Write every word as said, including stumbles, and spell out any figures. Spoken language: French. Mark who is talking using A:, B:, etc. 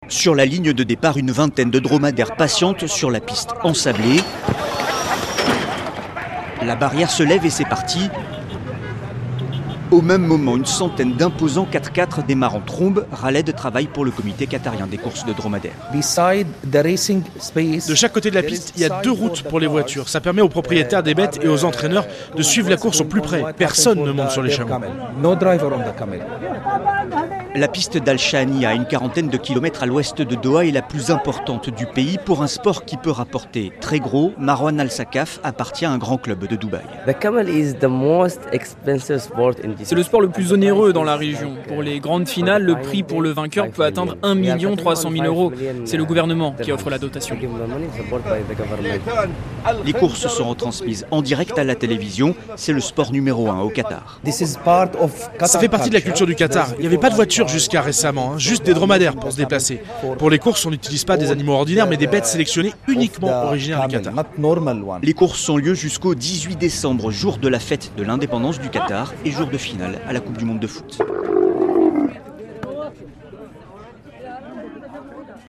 A: Sur la ligne de départ, une vingtaine de dromadaires patientent sur la piste ensablée. La barrière se lève et c'est parti. Au même moment, une centaine d'imposants quatre-quatre démarrent en trombe. Khaled travaille pour le comité qatarien des courses de dromadaires.
B: De chaque côté de la piste, il y a deux routes pour les voitures. Ça permet aux propriétaires des bêtes et aux entraîneurs de suivre la course au plus près. Personne ne monte sur les chameaux.
A: La piste d'Al-Shani, à une quarantaine de kilomètres à l'ouest de Doha, est la plus importante du pays pour un sport qui peut rapporter très gros. Marwan Al-Sakaf appartient à un grand club de Dubaï.
C: C'est le sport le plus onéreux dans la région. Pour les grandes finales, le prix pour le vainqueur peut atteindre un million trois cent mille euros. C'est le gouvernement qui offre la dotation.
A: Les courses sont retransmises en direct à la télévision. C'est le sport numéro un au Qatar.
B: Ça fait partie de la culture du Qatar. Il n'y avait pas de voiture jusqu'à récemment, hein, juste des dromadaires pour se déplacer. Pour les courses, on n'utilise pas des animaux ordinaires, mais des bêtes sélectionnées uniquement originaires du Qatar.
A: Les courses ont lieu jusqu'au dix-huit décembre, jour de la fête de l'indépendance du Qatar et jour de finale à la Coupe du monde de foot.